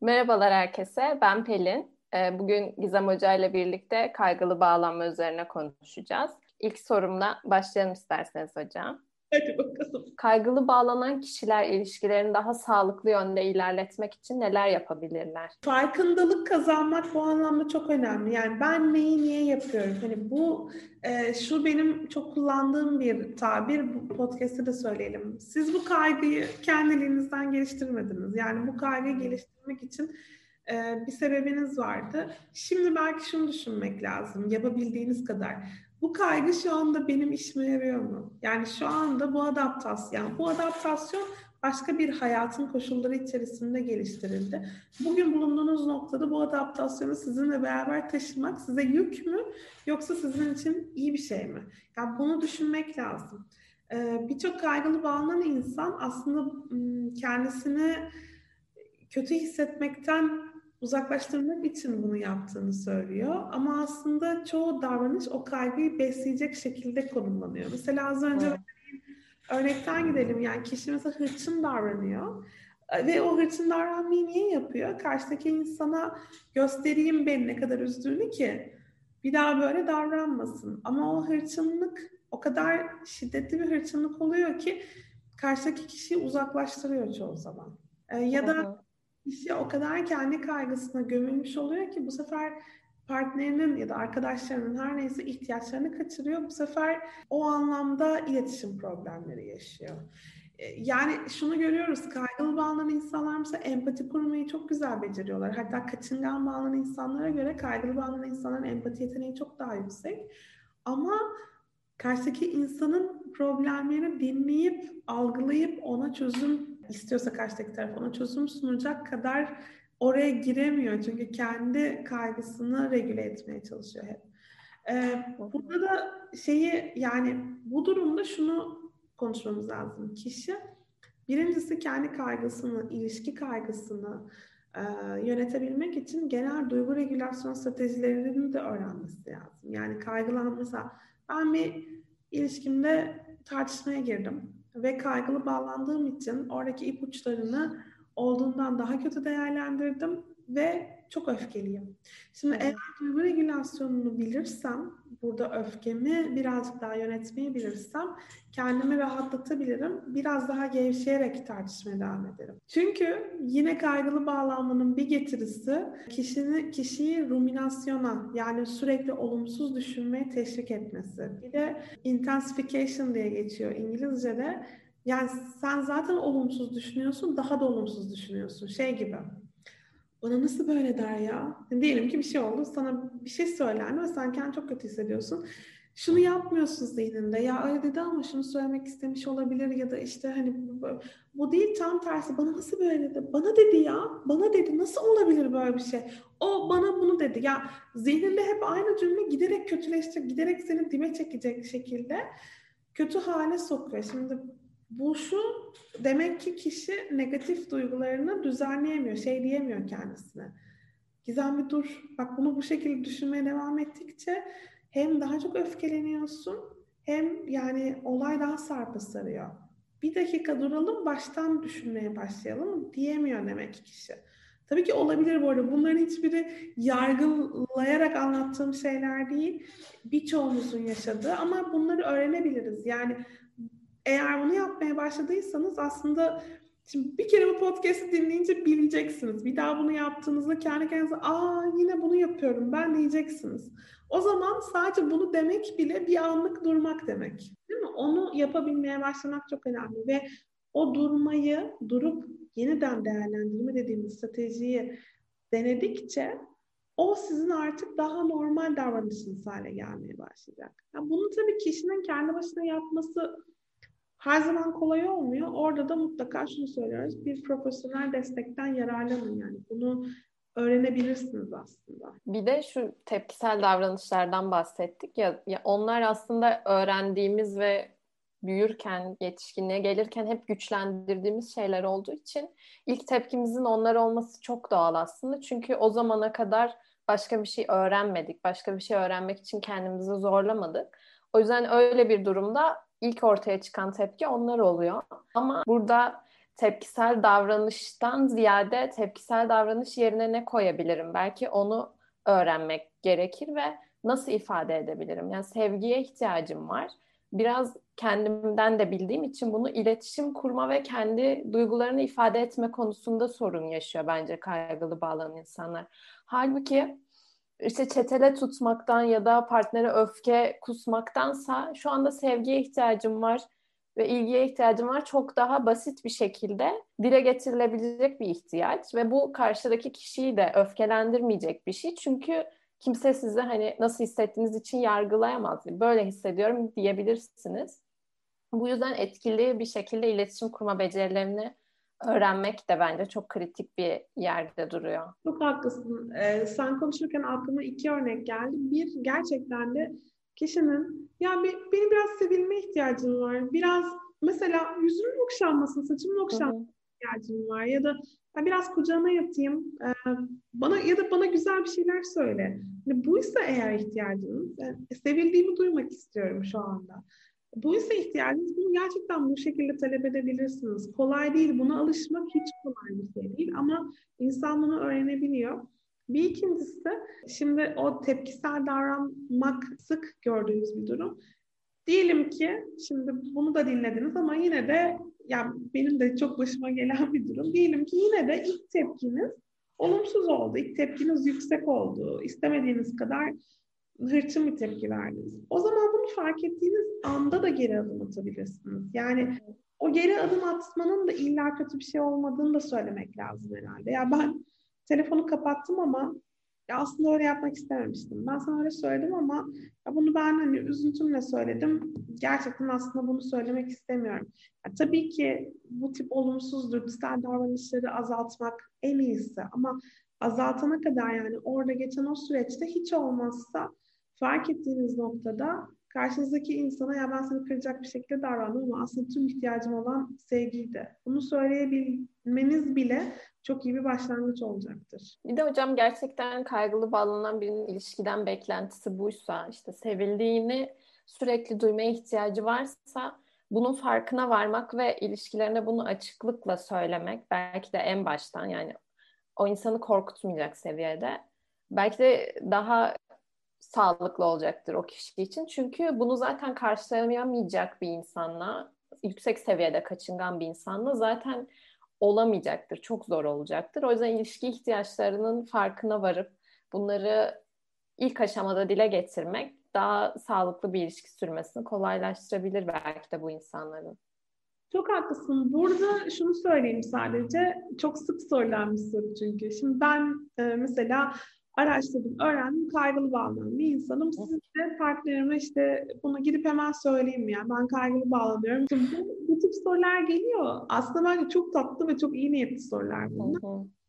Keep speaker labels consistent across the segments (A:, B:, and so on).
A: Merhabalar herkese, ben Pelin. Bugün Gizem Hoca ile birlikte kaygılı bağlanma üzerine konuşacağız. İlk sorumla başlayalım isterseniz hocam.
B: Hadi bakalım.
A: Kaygılı bağlanan kişiler ilişkilerini daha sağlıklı yönde ilerletmek için neler yapabilirler?
B: Farkındalık kazanmak bu anlamda çok önemli. Yani ben neyi niye yapıyorum? Hani bu şu benim çok kullandığım bir tabir. Bu podcast'te de söyleyelim. Siz bu kaygıyı kendiliğinizden geliştirmediniz. Yani bu kaygıyı geliştirmek için bir sebebiniz vardı. Şimdi belki şunu düşünmek lazım. Yapabildiğiniz kadar. Bu kaygı şu anda benim işime yarıyor mu? Yani şu anda bu adaptasyon başka bir hayatın koşulları içerisinde geliştirildi. Bugün bulunduğunuz noktada bu adaptasyonu sizinle beraber taşımak size yük mü yoksa sizin için iyi bir şey mi? Yani bunu düşünmek lazım. Birçok kaygılı bağlanan insan aslında kendisini kötü hissetmekten uzaklaştırmak için bunu yaptığını söylüyor. Ama aslında çoğu davranış o kaygıyı besleyecek şekilde konumlanıyor. Mesela az önce
A: Evet.
B: örnekten gidelim. Yani kişi mesela hırçın davranıyor. Ve o hırçın davranmayı niye yapıyor? Karşıdaki insana göstereyim beni ne kadar üzdüğünü ki bir daha böyle davranmasın. Ama o hırçınlık o kadar şiddetli bir hırçınlık oluyor ki karşıdaki kişiyi uzaklaştırıyor çoğu zaman. Ya
A: Hı
B: da
A: hı.
B: kişi o kadar kendi kaygısına gömülmüş oluyor ki bu sefer partnerinin ya da arkadaşlarının her neyse ihtiyaçlarını kaçırıyor. Bu sefer o anlamda iletişim problemleri yaşıyor. Yani şunu görüyoruz, kaygılı bağlanan insanlar mesela empati kurmayı çok güzel beceriyorlar. Hatta kaçıngan bağlanan insanlara göre kaygılı bağlanan insanların empati yeteneği çok daha yüksek. Ama karşıdaki insanın problemlerini dinleyip, algılayıp ona çözüm istiyorsa karşıdaki taraf ona çözüm sunacak kadar oraya giremiyor. Çünkü kendi kaygısını regüle etmeye çalışıyor hep.
A: Hı hı.
B: Burada da yani bu durumda şunu konuşmamız lazım. Kişi birincisi kendi kaygısını, ilişki kaygısını e, yönetebilmek için genel duygu regülasyon stratejilerini de öğrenmesi lazım. Yani mesela ben bir ilişkimde tartışmaya girdim ve kaygılı bağlandığım için oradaki ipuçlarını olduğundan daha kötü değerlendirdim ve çok öfkeliyim. Şimdi eğer
A: Evet.
B: duygu regülasyonunu bilirsem, burada öfkemi birazcık daha yönetmeyi bilirsem kendimi rahatlatabilirim. Biraz daha gevşeyerek tartışmaya devam ederim. Çünkü yine kaygılı bağlanmanın bir getirisi kişiyi ruminasyona yani sürekli olumsuz düşünmeye teşvik etmesi. Bir de intensification diye geçiyor İngilizce'de. Yani sen zaten olumsuz düşünüyorsun, daha da olumsuz düşünüyorsun. Şey gibi. Bana nasıl böyle der ya? Yani diyelim ki bir şey oldu, sana bir şey söylendi ve sen kendini çok kötü hissediyorsun. Şunu yapmıyorsun zihninde. Ya öyle dedi ama şunu söylemek istemiş olabilir ya da işte hani bu değil tam tersi. Bana nasıl böyle dedi? Bana dedi ya. Bana dedi. Nasıl olabilir böyle bir şey? O bana bunu dedi. Ya zihninde hep aynı cümle giderek kötüleşecek, giderek seni dibe çekecek şekilde kötü hale sokuyor. Şimdi bu şu demek ki kişi negatif duygularını düzenleyemiyor, şey diyemiyor kendisine. Gizem bir dur. Bak bunu bu şekilde düşünmeye devam ettikçe hem daha çok öfkeleniyorsun hem yani olay daha sarpa sarıyor. Bir dakika duralım baştan düşünmeye başlayalım diyemiyor demek ki kişi. Tabii ki olabilir bu arada. Bunların hiçbiri yargılayarak anlattığım şeyler değil. Birçoğumuzun yaşadığı ama bunları öğrenebiliriz. Yani eğer bunu yapmaya başladıysanız aslında şimdi bir kere bu podcast'i dinleyince bileceksiniz. Bir daha bunu yaptığınızda kendi kendinize yine bunu yapıyorum ben diyeceksiniz. O zaman sadece bunu demek bile bir anlık durmak demek. Değil mi? Onu yapabilmeye başlamak çok önemli ve o durup yeniden değerlendirme dediğimiz stratejiyi denedikçe o sizin artık daha normal davranışınız hale gelmeye başlayacak. Yani bunu tabii kişinin kendi başına yapması her zaman kolay olmuyor. Orada da mutlaka şunu söylüyoruz. Bir profesyonel destekten yararlanın yani. Bunu öğrenebilirsiniz aslında.
A: Bir de şu tepkisel davranışlardan bahsettik ya onlar aslında öğrendiğimiz ve büyürken, yetişkinliğe gelirken hep güçlendirdiğimiz şeyler olduğu için ilk tepkimizin onlar olması çok doğal aslında. Çünkü o zamana kadar başka bir şey öğrenmedik, başka bir şey öğrenmek için kendimizi zorlamadık. O yüzden öyle bir durumda ilk ortaya çıkan tepki onlar oluyor. Ama burada tepkisel davranıştan ziyade tepkisel davranış yerine ne koyabilirim? Belki onu öğrenmek gerekir ve nasıl ifade edebilirim? Yani sevgiye ihtiyacım var. Biraz kendimden de bildiğim için bunu iletişim kurma ve kendi duygularını ifade etme konusunda sorun yaşıyor bence kaygılı bağlanan insanlar. Halbuki işte çetele tutmaktan ya da partnere öfke kusmaktansa şu anda sevgiye ihtiyacım var ve ilgiye ihtiyacım var. Çok daha basit bir şekilde dile getirilebilecek bir ihtiyaç ve bu karşıdaki kişiyi de öfkelendirmeyecek bir şey. Çünkü kimse sizi hani nasıl hissettiğiniz için yargılayamaz. Böyle hissediyorum diyebilirsiniz. Bu yüzden etkili bir şekilde iletişim kurma becerilerini öğrenmek de bence çok kritik bir yerde duruyor.
B: Çok haklısın. Sen konuşurken aklıma 2 örnek geldi. Bir, gerçekten de kişinin benim biraz sevilme ihtiyacım var. Biraz mesela yüzümün okşanması, saçımın okşanması ihtiyacım var. Ya da ben biraz kucağına yatayım. Bana güzel bir şeyler söyle. Yani buysa eğer ihtiyacınız, sevildiğimi duymak istiyorum şu anda. Buysa ihtiyacınız, bunu gerçekten bu şekilde talep edebilirsiniz. Kolay değil. Buna alışmak hiç kolay bir şey değil ama İnsan bunu öğrenebiliyor. Bir ikincisi, şimdi o tepkisel davranmak sık gördüğümüz bir durum. Diyelim ki, şimdi bunu da dinlediniz ama yine de yani benim de çok başıma gelen bir durum. Diyelim ki yine de ilk tepkiniz olumsuz oldu. İlk tepkiniz yüksek oldu. İstemediğiniz kadar hırçın bir tepki verdiniz. O zaman bunu fark ettiğiniz anda da geri adım atabilirsiniz. Yani o geri adım atmanın da illa kötü bir şey olmadığını da söylemek lazım herhalde. Ya ben telefonu kapattım ama ya aslında öyle yapmak istememiştim. Ben sana öyle söyledim ama ya bunu ben hani üzüntümle söyledim. Gerçekten aslında bunu söylemek istemiyorum. Ya tabii ki bu tip olumsuz dürtüsel davranışları azaltmak en iyisi ama azaltana kadar yani orada geçen o süreçte hiç olmazsa fark ettiğiniz noktada karşınızdaki insana ya ben seni kıracak bir şekilde davrandım ama aslında tüm ihtiyacım olan sevgiydi. Bunu söyleyebilmeniz bile çok iyi bir başlangıç olacaktır.
A: Bir de hocam gerçekten kaygılı bağlanan birinin ilişkiden beklentisi buysa, işte sevildiğini sürekli duymaya ihtiyacı varsa bunun farkına varmak ve ilişkilerine bunu açıklıkla söylemek belki de en baştan yani o insanı korkutmayacak seviyede belki de daha sağlıklı olacaktır o kişi için. Çünkü bunu zaten karşılayamayacak bir insanla, yüksek seviyede kaçıngan bir insanla zaten olamayacaktır. Çok zor olacaktır. O yüzden ilişki ihtiyaçlarının farkına varıp bunları ilk aşamada dile getirmek daha sağlıklı bir ilişki sürmesini kolaylaştırabilir belki de bu insanların.
B: Çok haklısın. Burada şunu söyleyeyim sadece. Çok sık sorulan bir soru çünkü. Şimdi ben mesela araştırdım, öğrendim. Kaygılı bağlanan bir insanım. Siz de partnerime işte bunu gidip hemen söyleyeyim ya. Ben kaygılı bağlanıyorum. Şimdi bu tip sorular geliyor. Aslında bence çok tatlı ve çok iyi niyetli sorular bunlar.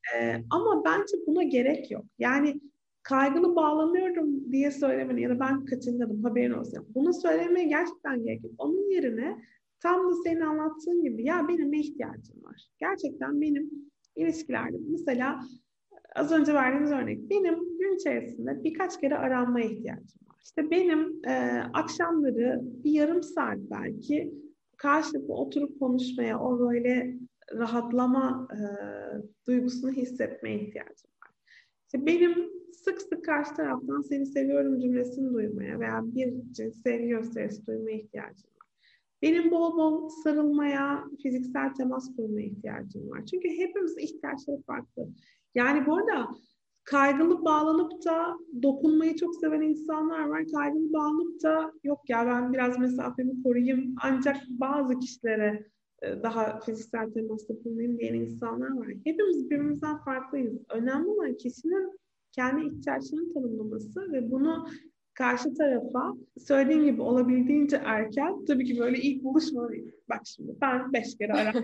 B: Ama bence buna gerek yok. Yani kaygılı bağlanıyorum diye söylemeni ya da ben kaçınladım haberin olsun. Bunu söylemeye gerçekten gerek yok. Onun yerine tam da senin anlattığın gibi ya benim ne ihtiyacım var? Gerçekten benim ilişkilerde mesela az önce verdiğiniz örnek benim gün içerisinde birkaç kere aranmaya ihtiyacım var. İşte benim akşamları bir yarım saat belki karşılıklı oturup konuşmaya o böyle rahatlama duygusunu hissetmeye ihtiyacım var. İşte benim sık sık karşı taraftan seni seviyorum cümlesini duymaya veya bir sevgi gösterisi duymaya ihtiyacım var. Benim bol bol sarılmaya, fiziksel temas kurmaya ihtiyacım var. Çünkü hepimizin ihtiyaçları farklı. Yani bu arada kaygılı bağlanıp da dokunmayı çok seven insanlar var. Kaygılı bağlanıp da yok ya ben biraz mesafemi koruyayım ancak bazı kişilere daha fiziksel temasta bulunayım diyen insanlar var. Hepimiz birbirimizden farklıyız. Önemli olan kişinin kendi ihtiyaçlarını tanımlaması ve bunu karşı tarafa söylediğim gibi olabildiğince erken tabii ki böyle ilk buluşma bak şimdi ben 5 kere aradım.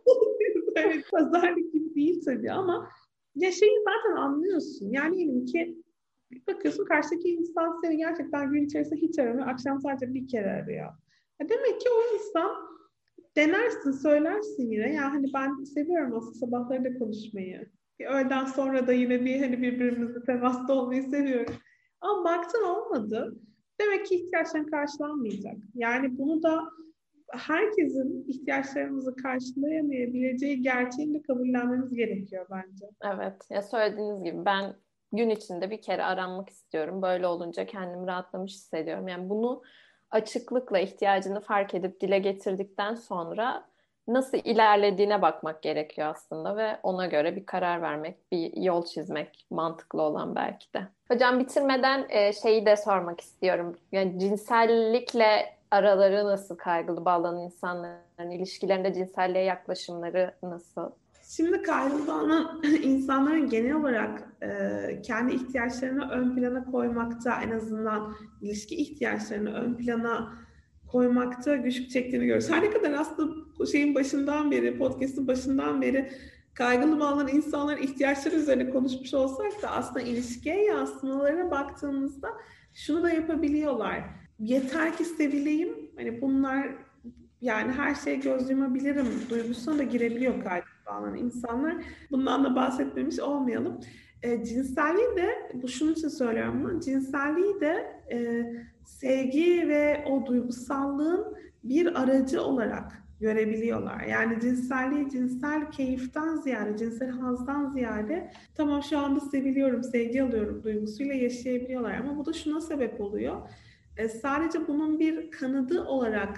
B: Evet, pazarlık gibi değil tabii ama ya şeyi zaten anlıyorsun. Yani diyelim ki bakıyorsun karşıdaki insan seni gerçekten gün içerisinde hiç aramıyor. Akşam sadece bir kere arıyor. Demek ki o insan denersin, söylersin yine. Ya hani ben seviyorum aslında sabahları da konuşmayı. Bir öğleden sonra da yine bir hani birbirimizle temasta olmayı seviyorum. Ama baktın olmadı. Demek ki ihtiyaçların karşılanmayacak. Yani bunu da herkesin ihtiyaçlarımızı karşılayamayabileceği gerçeğini de kabullenmemiz gerekiyor bence.
A: Evet, ya söylediğiniz gibi ben gün içinde bir kere aranmak istiyorum. Böyle olunca kendimi rahatlamış hissediyorum. Yani bunu açıklıkla ihtiyacını fark edip dile getirdikten sonra nasıl ilerlediğine bakmak gerekiyor aslında ve ona göre bir karar vermek, bir yol çizmek mantıklı olan belki de. Hocam bitirmeden şeyi de sormak istiyorum. Yani cinsellikle araları nasıl, kaygılı bağlanan insanların ilişkilerinde cinselliğe yaklaşımları nasıl?
B: Şimdi kaygılanan insanların genel olarak kendi ihtiyaçlarını ön plana koymakta, en azından ilişki ihtiyaçlarını ön plana koymakta güçlük çektiğini görüyoruz. Her ne kadar aslında podcast'ın başından beri kaygılı bağlanan insanların ihtiyaçları üzerine konuşmuş olsak da aslında ilişkiye yansımalarına baktığımızda şunu da yapabiliyorlar. Yeter ki sevileyim. Hani bunlar, yani her şeye göz yumabilirim duygusuna da girebiliyor kaygılı bağlanan insanlar. Bundan da bahsetmemiş olmayalım. Cinselliği de, bu şunun için söylüyorum bunu, cinselliği de sevgi ve o duygusallığın bir aracı olarak görebiliyorlar. Yani cinselliği cinsel keyiften ziyade, cinsel hazdan ziyade tamam şu anda seviliyorum, sevgi alıyorum duygusuyla yaşayabiliyorlar. Ama bu da şuna sebep oluyor. Sadece bunun bir kanadı olarak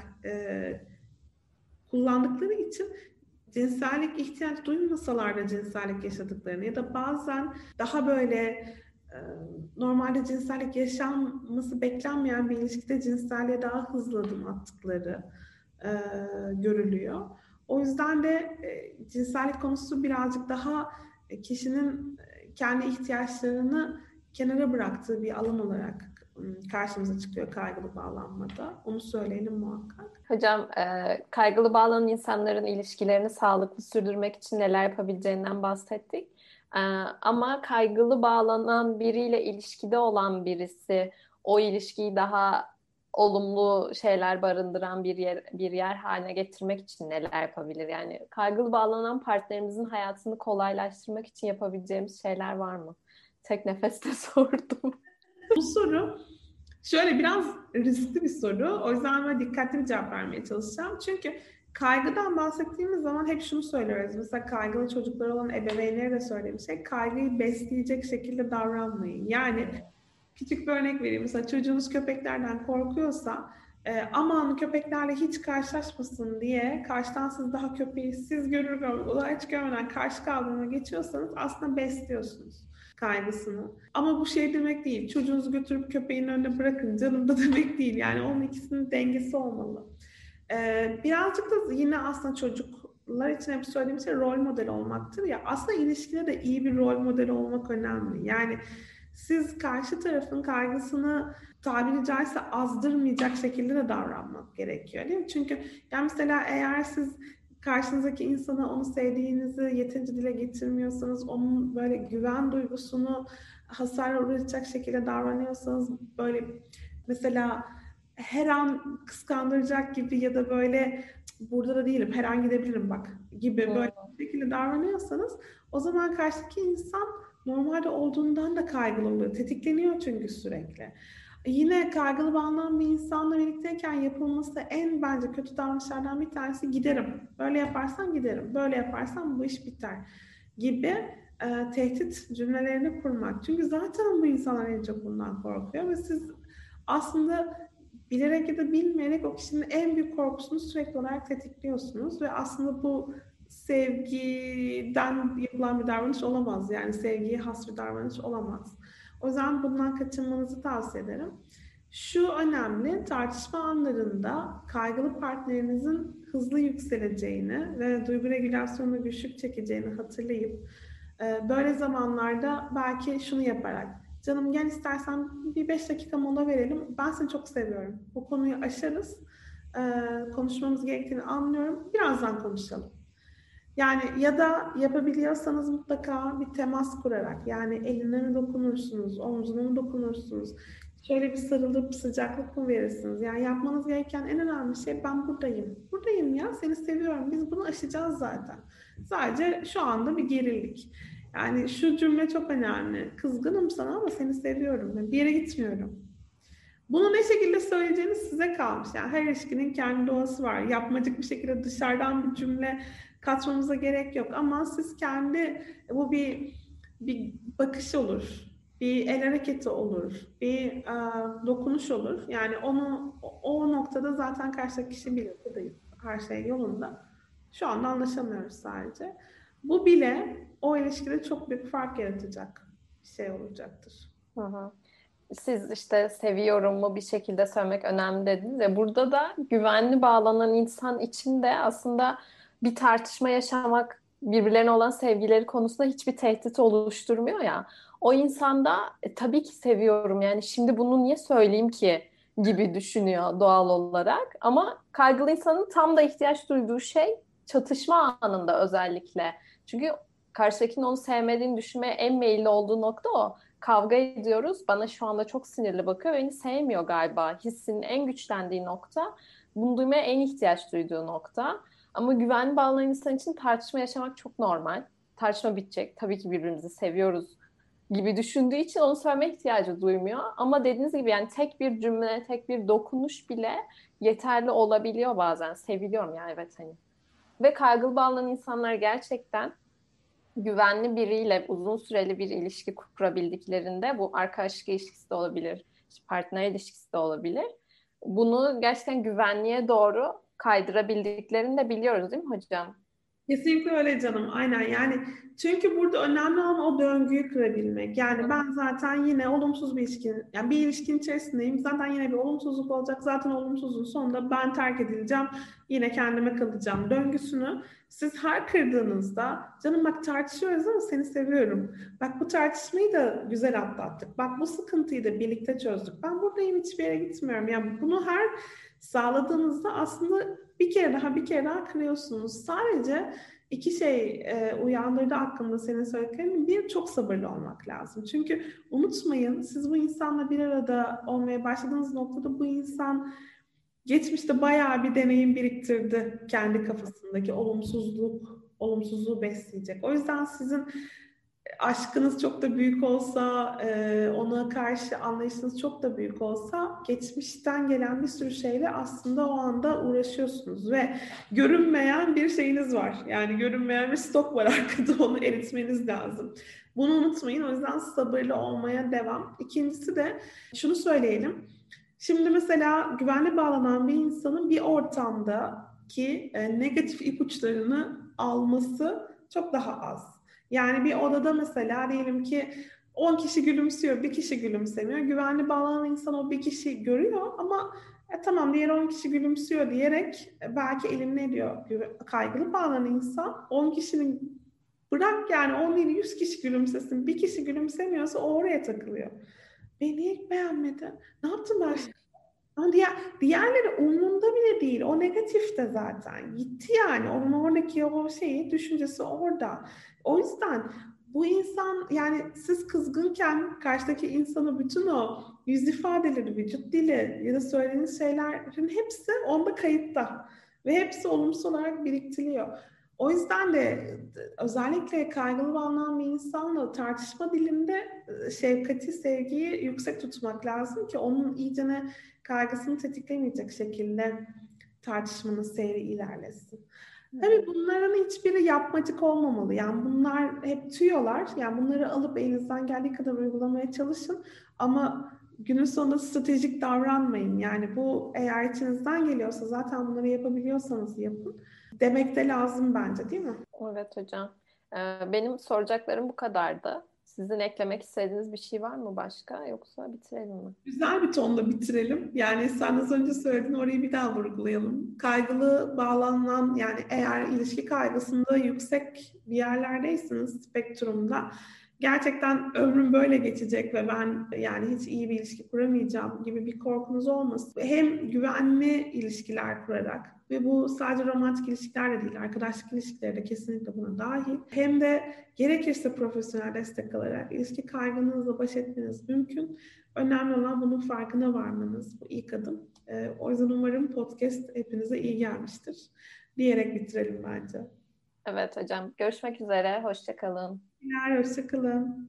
B: kullandıkları için cinsellik ihtiyaç duymasalar da cinsellik yaşadıklarını ya da bazen daha böyle normalde cinsellik yaşanması beklenmeyen bir ilişkide cinselliğe daha hızlı adım attıkları görülüyor. O yüzden de cinsellik konusu birazcık daha kişinin kendi ihtiyaçlarını kenara bıraktığı bir alan olarak karşımıza çıkıyor kaygılı bağlanmada. Onu söyleyelim muhakkak.
A: Hocam, kaygılı bağlanan insanların ilişkilerini sağlıklı sürdürmek için neler yapabileceğinden bahsettik. Ama kaygılı bağlanan biriyle ilişkide olan birisi o ilişkiyi daha olumlu şeyler barındıran bir yer haline getirmek için neler yapabilir? Yani kaygılı bağlanan partnerimizin hayatını kolaylaştırmak için yapabileceğimiz şeyler var mı? Tek nefeste sordum.
B: Bu soru şöyle biraz riskli bir soru. O yüzden böyle dikkatli bir cevap vermeye çalışacağım. Çünkü kaygıdan bahsettiğimiz zaman hep şunu söylüyoruz. Mesela kaygılı çocuklar olan ebeveynlere de söylediğim şey, kaygıyı besleyecek şekilde davranmayın. Yani küçük bir örnek vereyim. Mesela çocuğunuz köpeklerden korkuyorsa aman köpeklerle hiç karşılaşmasın diye karşıdan siz daha köpeği siz görür hiç görmeden karşı kaldırıma geçiyorsanız aslında besliyorsunuz kaygısını. Ama bu şey demek değil. Çocuğunuzu götürüp köpeğin önüne bırakın canım da demek değil. Yani onun ikisinin dengesi olmalı. Birazcık da yine aslında çocuklar için hep söylediğim şey rol model olmaktır ya. Aslında ilişkide de iyi bir rol model olmak önemli. Yani siz karşı tarafın kaygısını tabiri caizse azdırmayacak şekilde de davranmak gerekiyor değil mi? Çünkü yani mesela eğer siz karşınızdaki insana onu sevdiğinizi yeterince dile getirmiyorsanız, onun böyle güven duygusunu hasar uğratacak şekilde davranıyorsanız, böyle mesela her an kıskandıracak gibi ya da böyle burada da değilim her an gidebilirim bak gibi böyle bir şekilde davranıyorsanız, o zaman karşıdaki insan normalde olduğundan da kaygılı oluyor. Tetikleniyor çünkü sürekli. Yine kaygılı bağlanan bir insanla birlikteyken yapılması en bence kötü davranışlardan bir tanesi giderim. Böyle yaparsan giderim. Böyle yaparsan bu iş biter gibi tehdit cümlelerini kurmak. Çünkü zaten bu insanlar en çok bundan korkuyor ve siz aslında bilerek ya da bilmeyerek o kişinin en büyük korkusunu sürekli olarak tetikliyorsunuz ve aslında bu sevgiden yapılan bir davranış olamaz. Yani sevgiye has bir davranış olamaz. O yüzden bundan kaçınmanızı tavsiye ederim. Şu önemli, tartışma anlarında kaygılı partnerinizin hızlı yükseleceğini ve duygu regülasyonunu güçlük çekeceğini hatırlayıp böyle zamanlarda belki şunu yaparak, canım gel istersen bir 5 dakika mola verelim, ben seni çok seviyorum, bu konuyu aşarız, konuşmamız gerektiğini anlıyorum, birazdan konuşalım. Yani ya da yapabiliyorsanız mutlaka bir temas kurarak, yani eline mi dokunursunuz, omzuna mı dokunursunuz, şöyle bir sarılıp sıcaklık mı verirsiniz? Yani yapmanız gereken en önemli şey, ben buradayım. Buradayım ya, seni seviyorum. Biz bunu aşacağız zaten. Sadece şu anda bir gerilik. Yani şu cümle çok önemli. Kızgınım sana ama seni seviyorum. Bir yere gitmiyorum. Bunu ne şekilde söyleyeceğiniz size kalmış. Yani her ilişkinin kendi doğası var. Yapmacık bir şekilde dışarıdan bir cümle katmamıza gerek yok. Ama siz kendi, bu bir bakış olur, bir el hareketi olur, bir dokunuş olur. Yani o noktada zaten karşıdaki kişi bilir. Buradayız. Her şey yolunda. Şu anda anlaşamıyoruz sadece. Bu bile o ilişkide çok büyük fark yaratacak bir şey olacaktır.
A: Hı hı. Siz işte seviyorum mu bir şekilde söylemek önemli dediniz ya, burada da güvenli bağlanan insan için de aslında bir tartışma yaşamak, birbirlerine olan sevgileri konusunda hiçbir tehdit oluşturmuyor ya. O insanda tabii ki seviyorum, yani şimdi bunu niye söyleyeyim ki gibi düşünüyor doğal olarak. Ama kaygılı insanın tam da ihtiyaç duyduğu şey çatışma anında özellikle. Çünkü karşıdakinin onu sevmediğini düşünmeye en meyilli olduğu nokta o. Kavga ediyoruz. Bana şu anda çok sinirli bakıyor. Beni sevmiyor galiba. Hissinin en güçlendiği nokta. Bunu duymaya en ihtiyaç duyduğu nokta. Ama güvenli bağlanan insan için tartışma yaşamak çok normal. Tartışma bitecek. Tabii ki birbirimizi seviyoruz gibi düşündüğü için onu söylemeye ihtiyacı duymuyor. Ama dediğiniz gibi yani tek bir cümle, tek bir dokunuş bile yeterli olabiliyor bazen. Seviliyorum ya, evet hani. Ve kaygılı bağlanan insanlar gerçekten güvenli biriyle uzun süreli bir ilişki kurabildiklerinde, bu arkadaşlık ilişkisi de olabilir, işte partner ilişkisi de olabilir. Bunu gerçekten güvenliğe doğru kaydırabildiklerini de biliyoruz değil mi hocam?
B: Kesinlikle öyle canım. Aynen yani, çünkü burada önemli olan o döngüyü kırabilmek. Yani ben zaten yine olumsuz bir ilişkin, yani bir ilişkin içerisindeyim. Zaten yine bir olumsuzluk olacak. Zaten olumsuzluğun sonunda ben terk edileceğim. Yine kendime kalacağım döngüsünü. Siz her kırdığınızda, canım bak tartışıyoruz ama seni seviyorum. Bak bu tartışmayı da güzel atlattık. Bak bu sıkıntıyı da birlikte çözdük. Ben buradayım, hiçbir yere gitmiyorum. Yani bunu her sağladığınızda aslında bir kere daha kırıyorsunuz. Sadece iki şey uyandırdı aklımda senin söylediklerin. Bir, çok sabırlı olmak lazım. Çünkü unutmayın, siz bu insanla bir arada olmaya başladığınız noktada bu insan geçmişte bayağı bir deneyim biriktirdi, kendi kafasındaki olumsuzluğu besleyecek. O yüzden sizin aşkınız çok da büyük olsa, ona karşı anlayışınız çok da büyük olsa, geçmişten gelen bir sürü şeyle aslında o anda uğraşıyorsunuz ve görünmeyen bir şeyiniz var. Yani görünmeyen bir stok var arkada, onu eritmeniz lazım. Bunu unutmayın. O yüzden sabırlı olmaya devam. İkincisi de şunu söyleyelim. Şimdi mesela güvenli bağlanan bir insanın bir ortamdaki negatif ipuçlarını alması çok daha az. Yani bir odada mesela diyelim ki 10 kişi gülümsüyor, bir kişi gülümsemiyor. Güvenli bağlanan insan o bir kişi görüyor ama tamam, diğer 10 kişi gülümsüyor diyerek belki elimine ediyor. Kaygılı bağlanan insan 10 kişinin, bırak yani 10 değil 100 kişi gülümsesin, bir kişi gülümsemiyorsa o oraya takılıyor. Beni niye beğenmedi? Ne yaptım ben? Ama diğerleri umurunda bile değil. O negatif de zaten. Gitti yani. Onun oradaki o şeyi, düşüncesi orada. O yüzden bu insan, yani siz kızgınken karşıdaki insanı bütün o yüz ifadeleri, vücut dili ya da söylediğiniz şeylerin hepsi onda kayıtta. Ve hepsi olumsuz olarak biriktiriliyor. O yüzden de özellikle kaygılı bağlanan bir insanla tartışma dilinde şefkati, sevgiyi yüksek tutmak lazım ki onun iyicene kaygısını tetiklemeyecek şekilde tartışmanın seyri ilerlesin. Tabii bunların hiçbiri yapmacık olmamalı. Yani bunlar hep tüyolar. Yani bunları alıp elinizden geldiği kadar uygulamaya çalışın. Ama günün sonunda stratejik davranmayın. Yani bu eğer içinizden geliyorsa, zaten bunları yapabiliyorsanız yapın. Demek de lazım bence, değil mi?
A: Evet hocam. Benim soracaklarım bu kadardı. Sizin eklemek istediğiniz bir şey var mı başka, yoksa bitirelim mi?
B: Güzel bir tonda bitirelim. Yani sen az önce söyledin, orayı bir daha vurgulayalım. Kaygılı bağlanan, yani eğer ilişki kaygısında yüksek bir yerlerdeyseniz spektrumda, gerçekten ömrüm böyle geçecek ve ben yani hiç iyi bir ilişki kuramayacağım gibi bir korkunuz olmasın. Hem güvenli ilişkiler kurarak, ve bu sadece romantik ilişkiler de değil, arkadaşlık ilişkileri de kesinlikle buna dahil. Hem de gerekirse profesyonel destek alarak ilişki kaygınızla baş etmeniz mümkün. Önemli olan bunun farkına varmanız. Bu ilk adım. O yüzden umarım podcast hepinize iyi gelmiştir diyerek bitirelim bence.
A: Evet hocam. Görüşmek üzere. Hoşça kalın.
B: Hoşça kalın.